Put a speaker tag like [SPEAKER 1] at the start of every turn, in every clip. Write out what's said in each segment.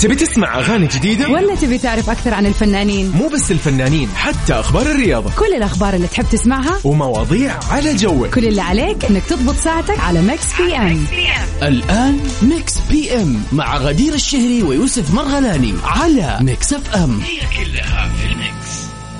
[SPEAKER 1] تبي تسمع أغاني جديدة
[SPEAKER 2] ولا تبي تعرف أكثر عن الفنانين؟
[SPEAKER 1] مو بس الفنانين، حتى أخبار الرياضة،
[SPEAKER 2] كل الأخبار اللي تحب تسمعها
[SPEAKER 1] ومواضيع على جوك.
[SPEAKER 2] كل اللي عليك إنك تضبط ساعتك على ميكس بي ام.
[SPEAKER 3] الآن ميكس بي ام مع غدير الشهري ويوسف مرغلاني على ميكس اف ام. هي كلها في الميكس.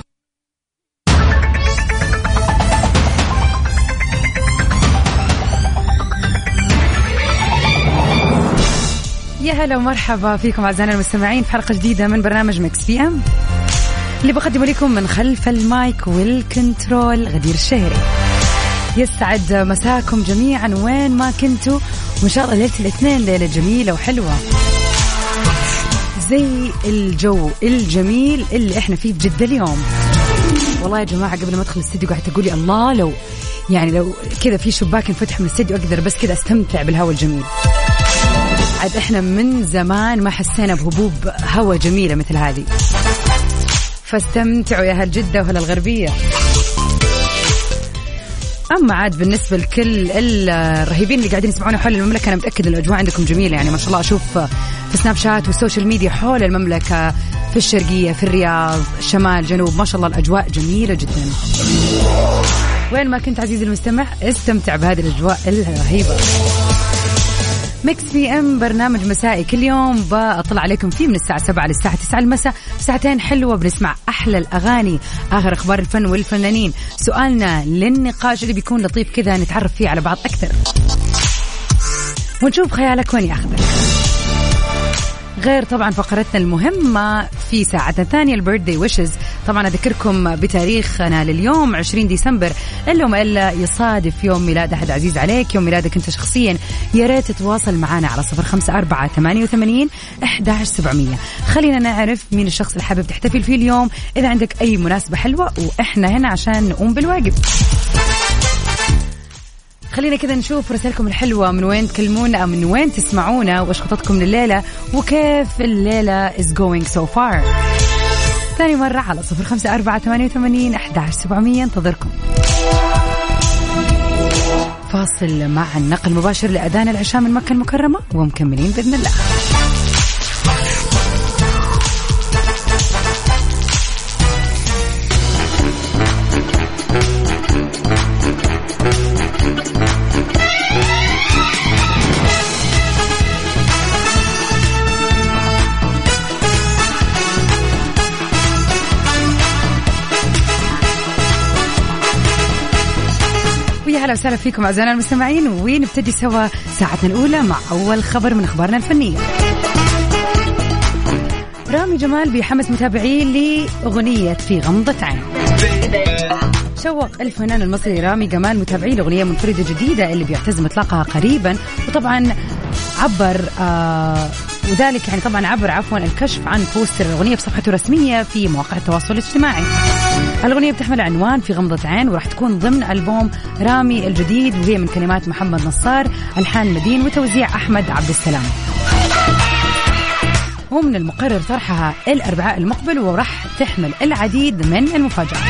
[SPEAKER 2] يا هلا ومرحبا فيكم أعزائنا المستمعين في حلقة جديدة من برنامج ميكس بي ام اللي بقدمه لكم من خلف المايك والكنترول غدير الشهري. يسعد مساكم جميعا وين ما كنتوا، وإن شاء الله ليلة الاثنين ليلة جميلة وحلوة زي الجو الجميل اللي احنا فيه بجدة اليوم. والله يا جماعة قبل ما ادخل الاستديو قاعدة تقولي الله لو كذا في شباك انفتح من الاستديو اقدر بس كذا استمتع بالهواء الجميل. عاد احنا من زمان ما حسينا بهبوب هوا جميلة مثل هذه، فاستمتعوا يا هل جدة وهل الغربية. أما عاد بالنسبة لكل الرهيبين اللي قاعدين يسمعونا حول المملكة، أنا متأكد الأجواء عندكم جميلة، يعني ما شاء الله أشوف في سناب شات والسوشيال ميديا حول المملكة، في الشرقية، في الرياض، شمال، جنوب، ما شاء الله الأجواء جميلة جدا. وين ما كنت عزيزي المستمع استمتع بهذه الأجواء الرهيبة. ميكس بي ام برنامج مسائي كل يوم بأطلع عليكم فيه من الساعة 7 للساعة 9 المساء، ساعتين حلوة بنسمع أحلى الأغاني، آخر أخبار الفن والفنانين، سؤالنا للنقاش اللي بيكون لطيف كذا نتعرف فيه على بعض أكثر ونشوف خيالك وين ياخذك. غير طبعا فقرتنا المهمة في ساعتنا الثانية البيرثدي ويشز. طبعا أذكركم بتاريخنا لليوم 20 ديسمبر، اللهم إلا يصادف يوم ميلاد أحد عزيز عليك، يوم ميلادك أنت شخصيا، يا ريت تتواصل معنا على 0548811700. خلينا نعرف مين الشخص اللي حابب تحتفل فيه اليوم، إذا عندك أي مناسبة حلوة وإحنا هنا عشان نقوم بالواجب. خلينا كذا نشوف رسالكم الحلوة، من وين تكلمونا أو من وين تسمعونا، وإيش خططكم لليلة، وكيف الليلة is going so far. ثاني مرة على 0548811700 انتظركم. فاصل مع النقل مباشر لأذان العشاء من مكة المكرمة ومكملين بإذن الله. أهلا وسهلا فيكم أعزائنا المستمعين، ونبتدي سوا ساعتنا الأولى مع أول خبر من أخبارنا الفنية. رامي جمال بيحمس متابعيه لأغنية في غمضة عين. شوق الفنان المصري رامي جمال متابعيه لأغنية منفردة جديدة اللي بيعتزم إطلاقها قريبا، وطبعا عبر عفوا الكشف عن بوستر الأغنية بصفحته الرسمية في مواقع التواصل الاجتماعي. الأغنية بتحمل عنوان في غمضة عين، وراح تكون ضمن ألبوم رامي الجديد، وهي من كلمات محمد نصار، ألحان مدين، وتوزيع أحمد عبد السلام. ومن المقرر طرحها الأربعاء المقبل، وراح تحمل العديد من المفاجآت.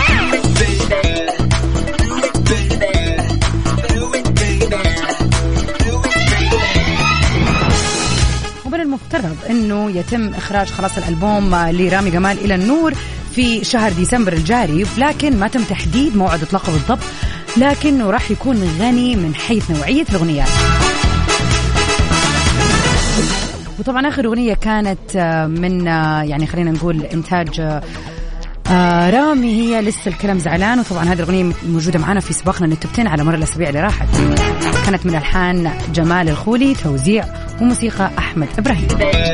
[SPEAKER 2] المفترض أنه يتم إخراج خلاص الألبوم لرامي جمال إلى النور في شهر ديسمبر الجاري، لكن ما تم تحديد موعد إطلاقه بالضبط، لكنه راح يكون غني من حيث نوعية الأغنيات. وطبعا آخر أغنية كانت من يعني خلينا نقول إنتاج رامي هي لسه الكلام زعلان، وطبعا هذه الأغنية موجودة معنا في سباقنا للتوب 10 على مر الأسابيع اللي راحت. كانت من ألحان جمال الخولي، توزيع وموسيقى أحمد إبراهيم.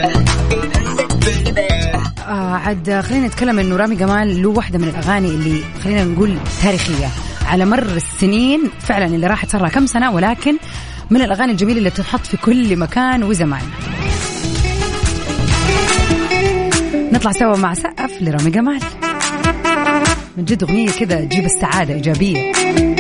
[SPEAKER 2] عاد خلينا نتكلم إنه رامي جمال له واحدة من الأغاني اللي خلينا نقول تاريخية على مر السنين فعلا، اللي راحت صار لها كم سنة، ولكن من الأغاني الجميلة اللي بتنحط في كل مكان وزمان. نطلع سوا مع سقف لرامي جمال، من جد أغنية كذا تجيب السعادة إيجابية.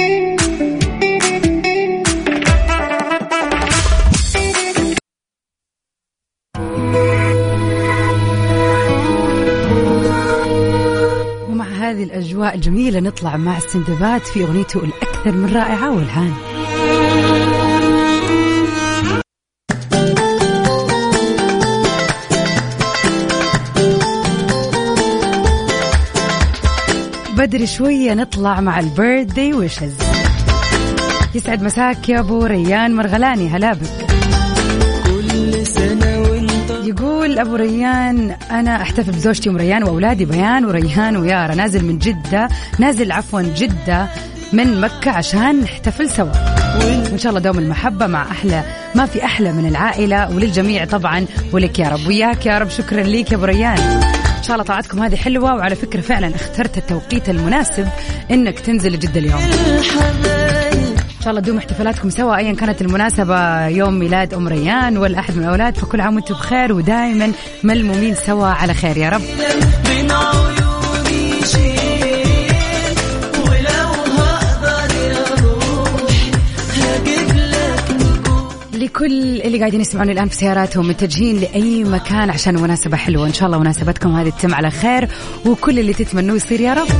[SPEAKER 2] ومع هذه الأجواء الجميلة نطلع مع السندباد في أغنيته الأكثر من رائعة والهان. بدري شوية نطلع مع البيرثدي ويشز. يسعد مساك يا أبو ريان مرغلاني، هلا بك. يقول أبو ريان أنا أحتفل بزوجتي وريان وأولادي بيان وريان ويارا، نازل عفوا جدة من مكة عشان نحتفل سوا، وإن شاء الله دوم المحبة مع أحلى، ما في أحلى من العائلة، وللجميع طبعا، ولك يا رب وياك يا رب. شكرا ليك يا أبو ريان، إن شاء الله طاعتكم هذه حلوة. وعلى فكرة فعلا اخترت التوقيت المناسب إنك تنزل جدة اليوم، إن شاء الله تدوم احتفالاتكم سوا أيا كانت المناسبة، يوم ميلاد أم ريان ولا أحد من الأولاد، فكل عام وانتم بخير ودائما ملمومين سوا على خير يا رب. لكل اللي قاعدين يسمعوني الآن في سياراتهم متجهين لأي مكان عشان مناسبة حلوة، إن شاء الله مناسبتكم هذه تتم على خير، وكل اللي تتمنوه يصير يا رب.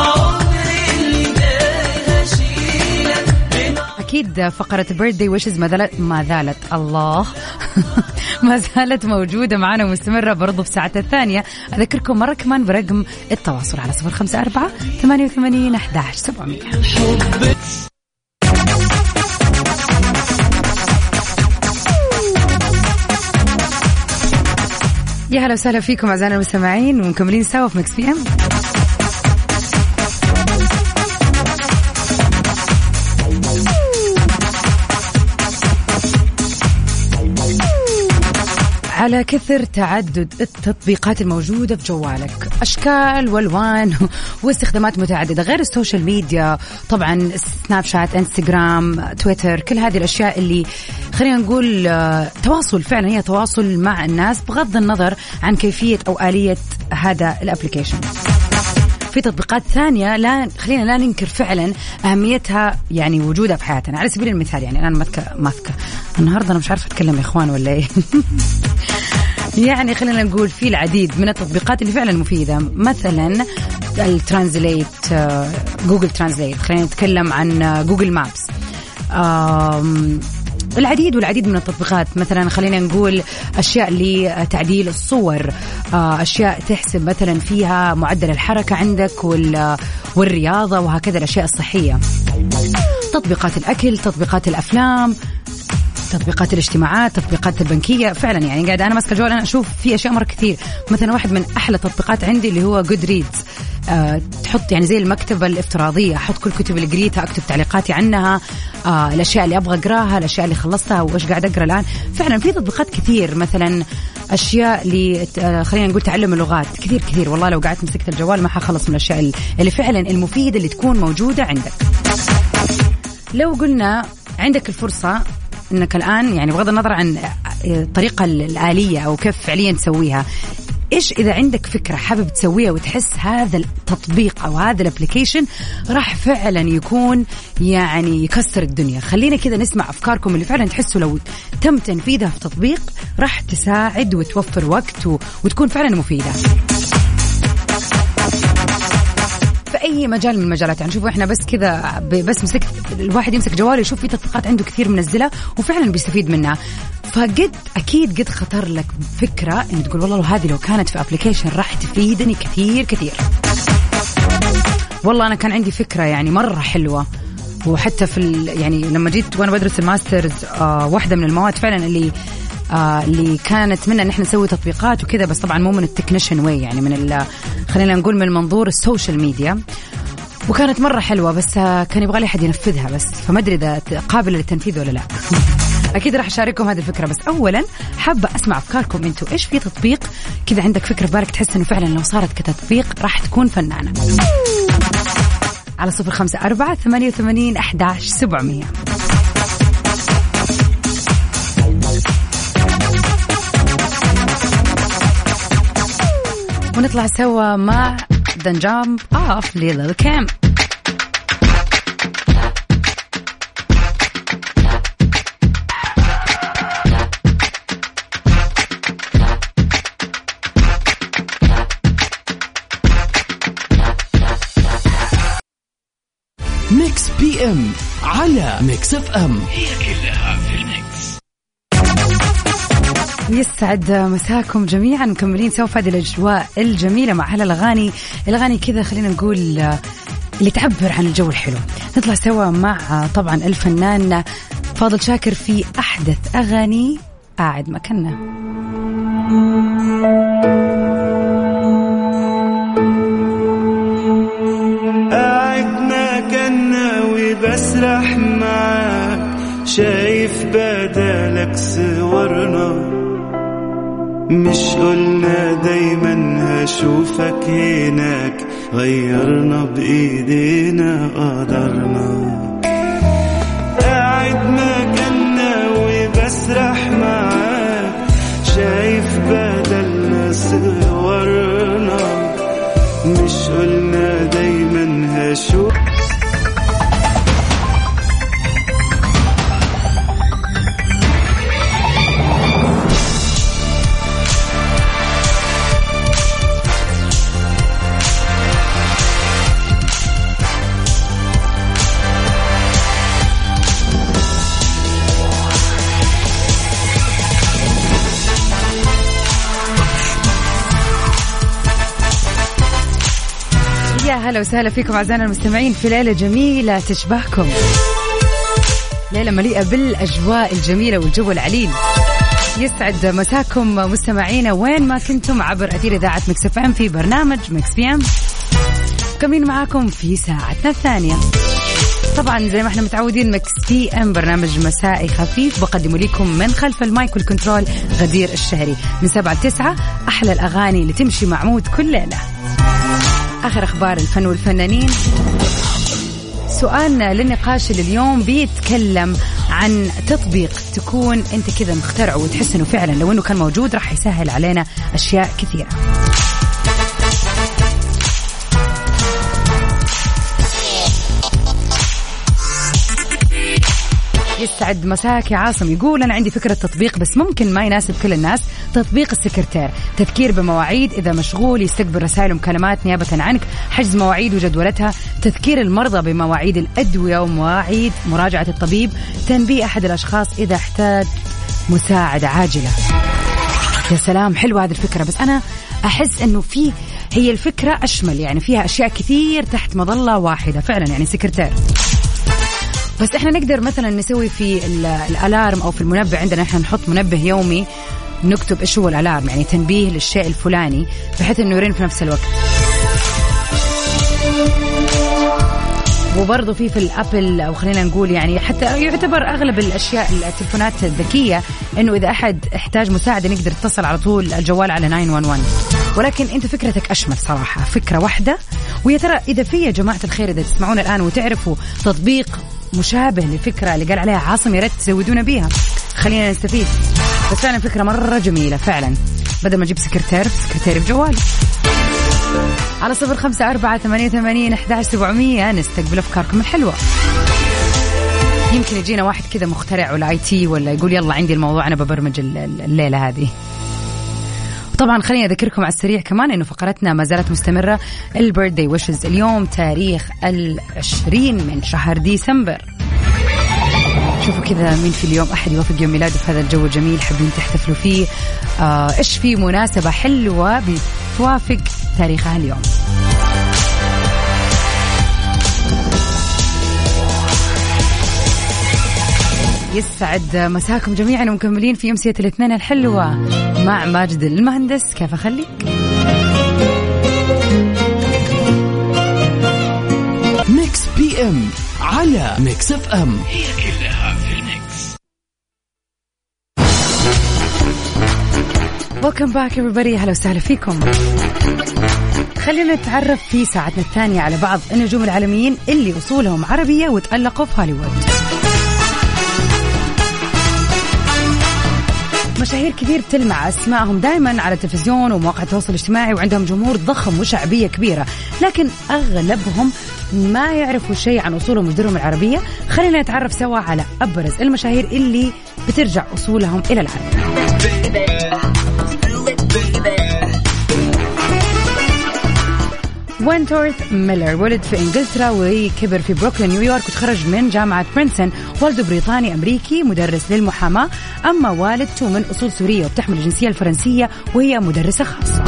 [SPEAKER 2] أكيد فقرة بيرثدي ويشز ما زالت الله ما زالت موجودة معنا ومستمرة برضو في ساعة الثانية. أذكركم مرة كمان برقم التواصل على 0548811700. يا هلا وسهلا فيكم أعزائنا المستمعين، ومكملين سوا في ميكس بي ام. على كثر تعدد التطبيقات الموجودة في جوالك، أشكال والوان واستخدامات متعددة، غير السوشيال ميديا طبعا، سناب شات، انستغرام، تويتر، كل هذه الأشياء اللي خلينا نقول تواصل، فعلا هي تواصل مع الناس بغض النظر عن كيفية أو آلية هذا الابليكيشن. في تطبيقات ثانية خلينا لا ننكر فعلا أهميتها، يعني وجودها في حياتنا. على سبيل المثال يعني أنا ماسكة النهاردة، أنا مش عارفة أتكلم يا إخوان ولا إيه يعني خلينا نقول في العديد من التطبيقات اللي فعلا مفيدة، مثلا الترانزليت، جوجل ترانزليت، خلينا نتكلم عن جوجل مابس، العديد والعديد من التطبيقات. مثلا خلينا نقول أشياء لتعديل الصور، أشياء تحسب مثلا فيها معدل الحركة عندك والرياضة، وهكذا الأشياء الصحية، تطبيقات الأكل، تطبيقات الأفلام، تطبيقات الاجتماعات، تطبيقات البنكية. فعلا يعني قاعد أنا ماسكة الجوال أنا أشوف في أشياء مرة كثير. مثلا واحد من أحلى تطبيقات عندي اللي هو جود ريدز، تحط يعني زي المكتبة الافتراضية، أحط كل كتب اللي قريتها، أكتب تعليقاتي عنها، الأشياء اللي أبغى أقراها، الأشياء اللي خلصتها وإيش قاعد أقرأ الآن. فعلا في تطبيقات كثير، مثلا أشياء خلينا نقول تعلم اللغات، كثير والله لو قعدت مسكت الجوال ما حخلص من الأشياء اللي فعلا المفيدة اللي تكون موجودة عندك. لو قلنا عندك الفرصة إنك الآن يعني بغض النظر عن الطريقة الآلية أو كيف فعليا تسويها، إيش إذا عندك فكرة حابب تسويها وتحس هذا التطبيق أو هذا الابليكيشن راح فعلا يكون يعني يكسر الدنيا؟ خلينا كذا نسمع أفكاركم اللي فعلا تحسوا لو تم تنفيذها في تطبيق راح تساعد وتوفر وقت وتكون فعلا مفيدة في أي مجال من المجالات. يعني شوفوا إحنا بس كذا بس مسكت الواحد يمسك جواله يشوف في تطبيقات عنده كثير منزلة وفعلا بيستفيد منها. فقد أكيد قد خطر لك فكرة إن تقول والله هذه لو كانت في أبليكيشن راح تفيدني كثير. والله أنا كان عندي فكرة يعني مرة حلوة، وحتى في يعني لما جيت وأنا بدرس الماسترز واحدة من المواد فعلا اللي كانت منا نحن نسوي تطبيقات وكذا، بس طبعا مو من التكنيشن واي، يعني من خلينا نقول من منظور السوشيال ميديا، وكانت مرة حلوة بس كان يبغى لي أحد ينفذها بس، فما أدري إذا قابل للتنفيذ ولا لا. أكيد راح أشارككم هذه الفكرة، بس أولا حابة أسمع أفكاركم أنتوا. إيش في تطبيق كذا عندك فكرة في بالك تحس إنه فعلا لو صارت كتطبيق راح تكون فنانة؟ على 0548811700. ونطلع سوا مع The Jump Off Lil Kim.
[SPEAKER 3] ميكس بي ام على ميكس اف ام، هي كلها في الميكس.
[SPEAKER 2] يسعد مساكم جميعا، مكملين سوا في هذه الأجواء الجميلة مع أحلى الأغاني كذا، خلينا نقول اللي تعبر عن الجو الحلو. نطلع سوا مع طبعا الفنان فاضل شاكر في أحدث أغاني قاعد مكاننا.
[SPEAKER 4] قاعد مكاننا وبسرح معاك، شايف بدالك صورنا، مش قلنا دايما هشوفك هناك، غيرنا بإيدينا قدرنا. قاعد مكاننا وبسرح معاك، شايف بدالنا صورنا، مش قلنا دايما هشوف.
[SPEAKER 2] هلا وسهلا فيكم أعزائنا المستمعين في ليلة جميلة تشبهكم، ليلة مليئة بالأجواء الجميلة والجو العليل. يسعد مساكم مستمعينا وين ما كنتم عبر أثير إذاعة ميكس اف ام في برنامج ميكس بي ام، كمين معاكم في ساعتنا الثانية. طبعا زي ما احنا متعودين ميكس بي ام برنامج مسائي خفيف بقدمه لكم من خلف المايك والكنترول غدير الشهري، من 7 ل9 أحلى الأغاني اللي تمشي مع مود كل ليلة، آخر أخبار الفن والفنانين. سؤالنا للنقاش لليوم بيتكلم عن تطبيق تكون أنت كذا مخترعه وتحس أنه فعلا لو أنه كان موجود راح يسهل علينا أشياء كثيرة. يسعد مساك يا عاصم، يقول أنا عندي فكرة تطبيق بس ممكن ما يناسب كل الناس. تطبيق السكرتير، تذكير بمواعيد إذا مشغول، يستقبل رسائل ومكالمات نيابة عنك، حجز مواعيد وجدولتها، تذكير المرضى بمواعيد الأدوية ومواعيد مراجعة الطبيب، تنبيه أحد الأشخاص إذا احتاج مساعدة عاجلة. يا سلام، حلوة هذه الفكرة، بس أنا أحس أنه هي الفكرة أشمل، يعني فيها أشياء كثير تحت مظلة واحدة فعلا، يعني سكرتير. بس احنا نقدر مثلا نسوي في الالارم او في المنبه عندنا، احنا نحط منبه يومي نكتب ايش هو الالارم، يعني تنبيه للشيء الفلاني بحيث انه يرن في نفس الوقت. وبرضه في الابل او خلينا نقول يعني حتى يعتبر اغلب الاشياء التلفونات الذكيه انه اذا احد احتاج مساعده نقدر نتصل على طول الجوال على 911. ولكن انت فكرتك اشمل صراحه، فكره واحده. ويا ترى اذا في يا جماعه الخير اذا تسمعون الان وتعرفوا تطبيق مشابه لفكره اللي قال عليها عاصم، يا ريت تزودونا بيها خلينا نستفيد. بس فعلا فكره مره جميله فعلا، بدل ما نجيب سكرتير بجوال. على 0548811700 نستقبل أفكاركم الحلوة. يمكن يجينا واحد كذا مخترع ولا IT ولا يقول يلا عندي الموضوع أنا ببرمج الليلة هذه. طبعا خليني أذكركم على السريع كمان إنه فقرتنا ما زالت مستمرة، البيرثدي ويشز. اليوم تاريخ 20 من شهر ديسمبر. شوفوا كذا مين في اليوم أحد يوافق يوم ميلاده في هذا الجو الجميل حابين تحتفلوا فيه. إيش في مناسبة حلوة بتوافق تاريخها اليوم. يسعد مساكم جميعا ومكملين في يمسية الاثنين الحلوة مع ماجد المهندس. كيف أخليك؟
[SPEAKER 3] ميكس بي ام على ميكس اف ام، هي كلها في الميكس.
[SPEAKER 2] Welcome back everybody. هلا وسهلا فيكم. خلينا نتعرف في ساعتنا الثانية على بعض النجوم العالميين اللي أصولهم عربية وتألقوا في هوليوود. مشاهير كثير بتلمع أسمائهم دائما على التلفزيون ومواقع التواصل الاجتماعي وعندهم جمهور ضخم وشعبية كبيرة، لكن أغلبهم ما يعرفوا شيء عن أصولهم وجذورهم العربية. خلينا نتعرف سوا على أبرز المشاهير اللي بترجع أصولهم إلى العرب. وينتورث ميلر ولد في إنجلترا وكبر في بروكلين نيويورك، وتخرج من جامعة برينسون. والده بريطاني أمريكي مدرس للمحاماة، أما والدته من أصول سورية وبتحمل الجنسية الفرنسية وهي مدرسة خاصة.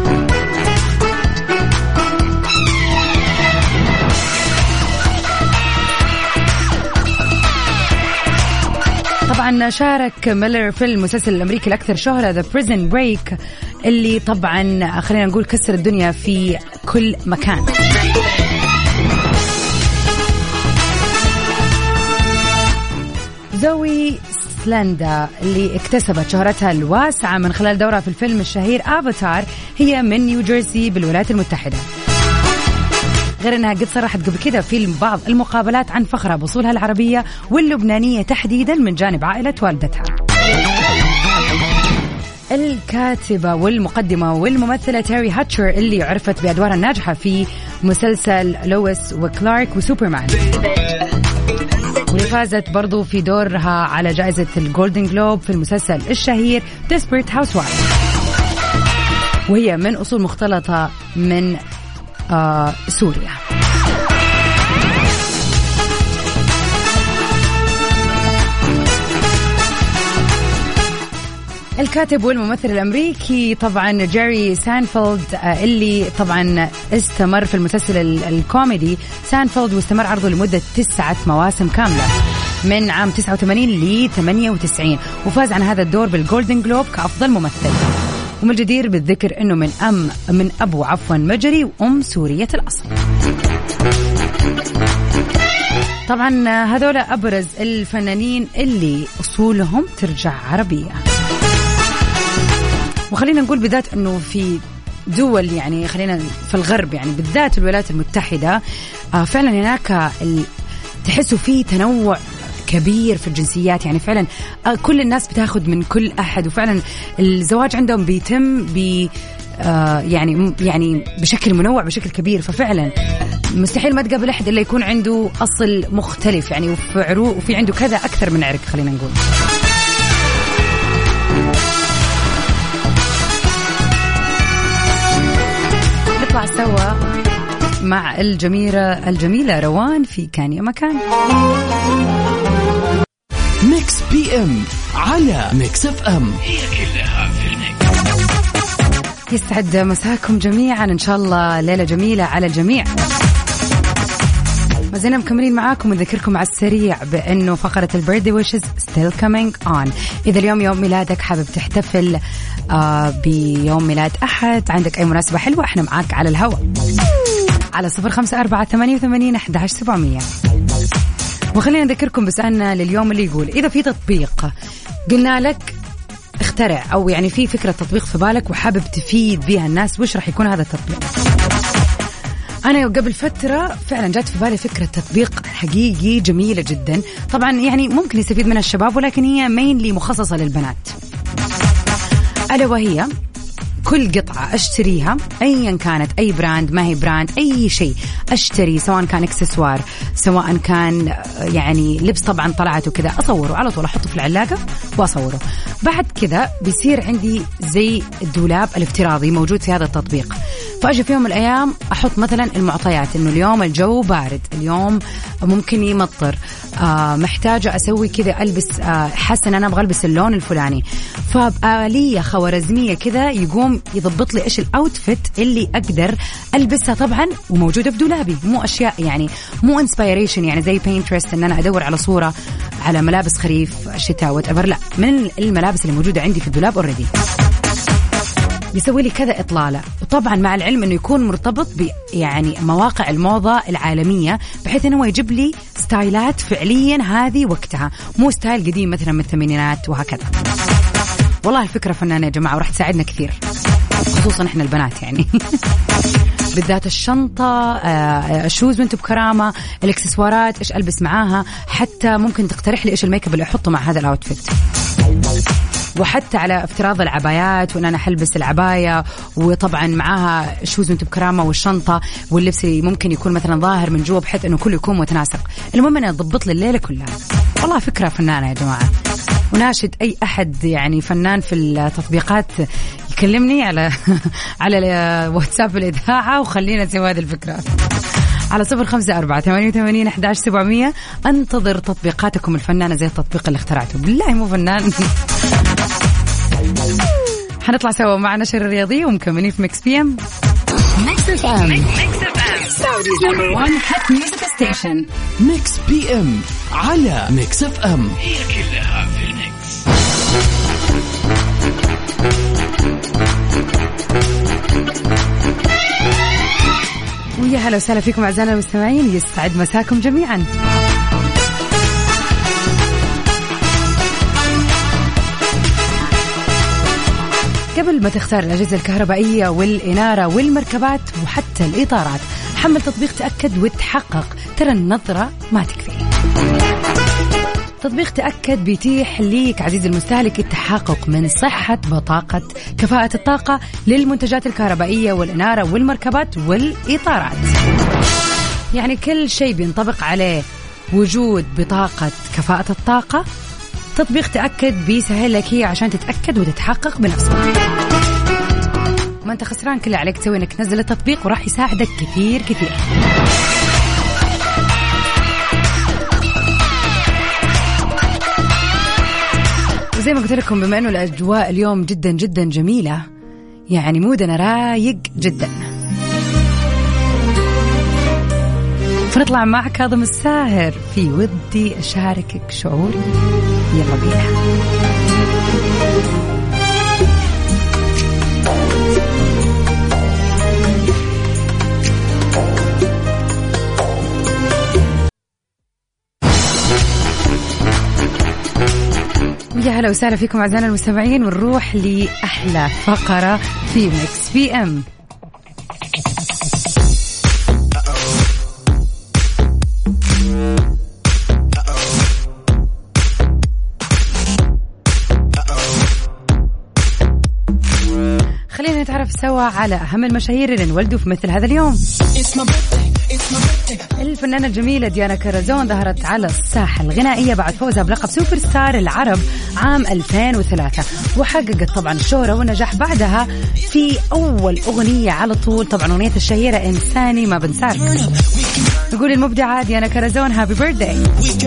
[SPEAKER 2] طبعا شارك ميلر في المسلسل الأمريكي الأكثر شهرة The Prison Break، اللي طبعا خلينا نقول كسر الدنيا في كل مكان. زوي سلاندا اللي اكتسبت شهرتها الواسعة من خلال دورها في الفيلم الشهير آفاتار، هي من نيوجيرسي بالولايات المتحدة. غير أنها قد صرحت قبل كده في بعض المقابلات عن فخرها بوصولها العربية واللبنانية تحديدا من جانب عائلة والدتها. الكاتبة والمقدمة والممثلة تيري هاتشر اللي عرفت بأدوارها الناجحة في مسلسل لويس وكلارك وسوبرمان، واللي فازت برضو في دورها على جائزة الجولدن جلوب في المسلسل الشهير Desperate Housewives، وهي من أصول مختلطة من سوريا. الكاتب والممثل الأمريكي طبعا جيري ساينفيلد اللي طبعا استمر في المسلسل الكوميدي ساينفيلد، واستمر عرضه لمدة 9 مواسم كاملة من عام 89 ل 98، وفاز عن هذا الدور بالجولدن جلوب كأفضل ممثل. ومن الجدير بالذكر أنه من أبو مجري وأم سورية الأصل. طبعا هذول أبرز الفنانين اللي أصولهم ترجع عربية. وخلينا نقول بالذات أنه في دول يعني خلينا في الغرب يعني بالذات الولايات المتحدة فعلا هناك تحسوا فيه تنوع كبير في الجنسيات، يعني فعلا كل الناس بتاخد من كل أحد، وفعلا الزواج عندهم بيتم يعني بشكل منوع بشكل كبير. ففعلا مستحيل ما تقابل أحد إلا يكون عنده أصل مختلف يعني وفي عنده كذا أكثر من عرق خلينا نقول. نطلع سوا مع الجميلة روان في كان يا مكان.
[SPEAKER 3] ميكس بي ام على ميكس اف ام، هي كلها في الميكس.
[SPEAKER 2] يسعد مساكم جميعا، ان شاء الله ليلة جميلة على الجميع. ما زلنا مكملين معاكم ونذكركم على السريع بأنه فقرة البيرثدي ويشز still coming on. إذا اليوم يوم ميلادك حابب تحتفل بيوم ميلاد أحد، عندك أي مناسبة حلوة، احنا معاك على الهواء على 0548811700. وخلينا نذكركم بسألنا لليوم اللي يقول إذا في تطبيق قلنا لك اخترع أو يعني في فكرة تطبيق في بالك وحابب تفيد بيها الناس، وش رح يكون هذا التطبيق؟ أنا قبل فترة فعلا جات في بالي فكرة تطبيق حقيقي جميلة جدا، طبعا يعني ممكن يستفيد منها الشباب ولكن هي مينلي مخصصة للبنات، ألا وهي كل قطعة أشتريها أيا كانت، أي براند ما هي براند، أي شيء أشتري سواء كان إكسسوار سواء كان يعني لبس طبعا طلعت وكذا، أصوره على طول أحطه في العلاقة وأصوره. بعد كذا بيصير عندي زي الدولاب الافتراضي موجود في هذا التطبيق، فأجي في يوم من الأيام أحط مثلا المعطيات إنه اليوم الجو بارد، اليوم ممكن يمطر، محتاجة أسوي كذا ألبس، حاسة أنا أبغى ألبس اللون الفلاني، فبآلية خوارزمية كذا يقوم يضبط لي إيش الأوتفيت اللي أقدر ألبسها طبعا وموجودة في دولابي، مو أشياء يعني مو انسبيريشن يعني زي بينترست إن أنا أدور على صورة على ملابس خريف شتاء whatever، لا من الملابس اللي موجودة عندي في الدولاب أوريدي. يسوي لي كذا إطلالة، وطبعا مع العلم أنه يكون مرتبط يعني مواقع الموضة العالمية بحيث أنه يجيب لي ستايلات فعليا هذه وقتها، مو ستايل قديم مثلا من الثمانينات وهكذا. والله الفكرة فنانة يا جماعة وراح تساعدنا كثير خصوصا إحنا البنات يعني بالذات الشنطة، الشوز وانتو بكرامة، الاكسسوارات إيش ألبس معاها، حتى ممكن تقترح لي إيش الميك اب اللي أحطه مع هذا الأوتفيت، وحتى على افتراض العبايات وأن أنا حلبس العباية وطبعا معاها شوز وانتو بكرامة والشنطة واللبس ممكن يكون مثلا ظاهر من جوا بحيث أنه كله يكون متناسق. المهم أن أضبط لي الليلة كلها. والله فكرة فنانة يا جماعة، وناشد أي أحد يعني فنان في التطبيقات يكلمني على على واتساب الإذاعة وخلينا نسوي هذه الفكرة على 0548811700. انتظر تطبيقاتكم الفنانة زي التطبيق اللي اخترعته. بالله مو فنان. حنطلع سوا مع نشر الرياضي ومكملين في ميكس بي ام.
[SPEAKER 3] ميكس اف ام
[SPEAKER 2] Saudi's number one hit music station.
[SPEAKER 3] ميكس بي ام على ميكس اف ام.
[SPEAKER 1] هي كلها في الميكس.
[SPEAKER 2] ويا هلا وسهلا فيكم أعزائنا المستمعين، يسعد مساكم جميعا. قبل ما تختار الأجهزة الكهربائية والإنارة والمركبات وحتى الإطارات، حمل تطبيق تأكد وتحقق. ترى النظرة ما تكفي. تطبيق تأكد بيتيح ليك عزيزي المستهلك التحقق من صحة بطاقة كفاءة الطاقة للمنتجات الكهربائية والإنارة والمركبات والإطارات. يعني كل شيء بينطبق عليه وجود بطاقة كفاءة الطاقة. تطبيق تأكد بيسهل لك هي عشان تتأكد وتتحقق بنفسك. ما أنت خسران، كل اللي عليك تسوي إنك تنزل التطبيق وراح يساعدك كثير كثير. وزي ما قلت لكم بما أنه الأجواء اليوم جدا جدا جميلة، يعني مودنا رايق جدا، فنطلع مع كاظم الساهر في ودي أشاركك شعوري. يلا بينا. يا هلا وسهلا فيكم أعزائنا المستمعين، ونروح لأحلى فقرة في ميكس بي ام. خلينا نتعرف سوا على أهم المشاهير اللي انولدوا في مثل هذا اليوم. الفنانة الجميلة ديانا كرزون ظهرت على الساحة الغنائية بعد فوزها بلقب سوبر ستار العرب عام 2003، وحققت طبعا الشهرة والنجاح بعدها في أول أغنية على طول، طبعا أغنية الشهيرة إنساني ما بنساك. نقول المبدعة ديانا كرزون هابي بيرثداي.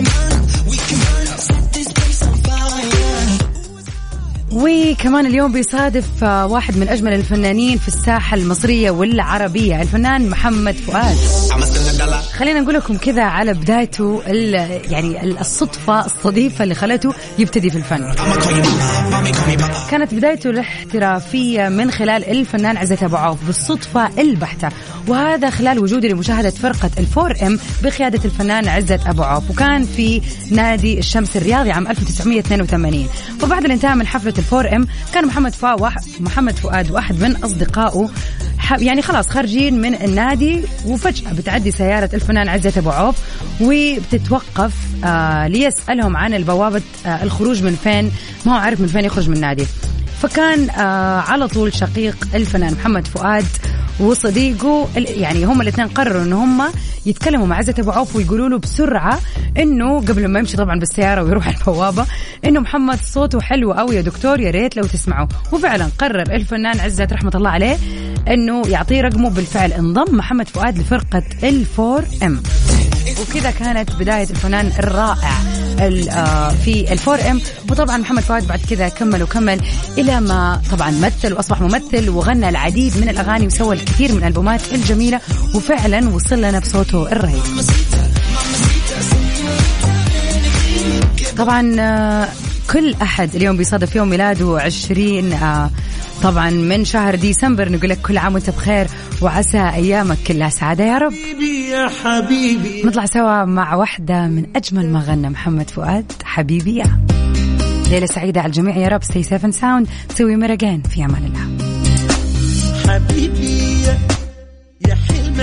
[SPEAKER 2] وكمان اليوم بيصادف واحد من أجمل الفنانين في الساحة المصرية والعربية، الفنان محمد فؤاد. خلينا نقول لكم كذا على بدايته، يعني الصدفة الصديفة اللي خلته يبتدي في الفن. كانت بدايته الاحترافية من خلال الفنان عزت أبو عوف بالصدفة البحتة، وهذا خلال وجوده لمشاهدة فرقة الفور ام بقيادة الفنان عزت أبو عوف، وكان في نادي الشمس الرياضي عام 1982. وبعد الانتهاء من حفلة الفور ام كان محمد فؤاد واحد من أصدقائه يعني خلاص خارجين من النادي، وفجأة بتعدي سيارة الفنان عزت أبو عوف وبتتوقف ليسألهم عن البوابة الخروج من فين، ما هو عارف من فين يخرج من النادي. فكان على طول شقيق الفنان محمد فؤاد وصديقه يعني هم الاثنين قرروا ان هم يتكلموا مع عزت أبو عوف ويقولوا له بسرعة انه قبل ما يمشي طبعا بالسيارة ويروح البوابة انه محمد صوته حلو قوي يا دكتور، يا ريت لو تسمعوا. وفعلا قرر الفنان عزت رحمة الله عليه انه يعطيه رقمه. بالفعل انضم محمد فؤاد لفرقة الفور ام، وكذا كانت بداية الفنان الرائع في الفور ام. وطبعا محمد فؤاد بعد كذا كمل إلى ما طبعا مثل وأصبح ممثل وغنى العديد من الأغاني وسوى الكثير من الألبومات الجميلة، وفعلا وصل لنا بصوته الرهيب. طبعا كل أحد اليوم بيصادف يوم ميلاده 20 طبعا من شهر ديسمبر، نقول لك كل عام وانت بخير وعسى أيامك كلها سعادة يا رب.
[SPEAKER 4] يا حبيبي
[SPEAKER 2] نطلع سوا مع واحدة من أجمل ما غنى محمد فؤاد، حبيبي يا. ليلة سعيدة على الجميع يا رب. Stay safe and sound. سوي مرقين في أمان الله.
[SPEAKER 4] حبيبي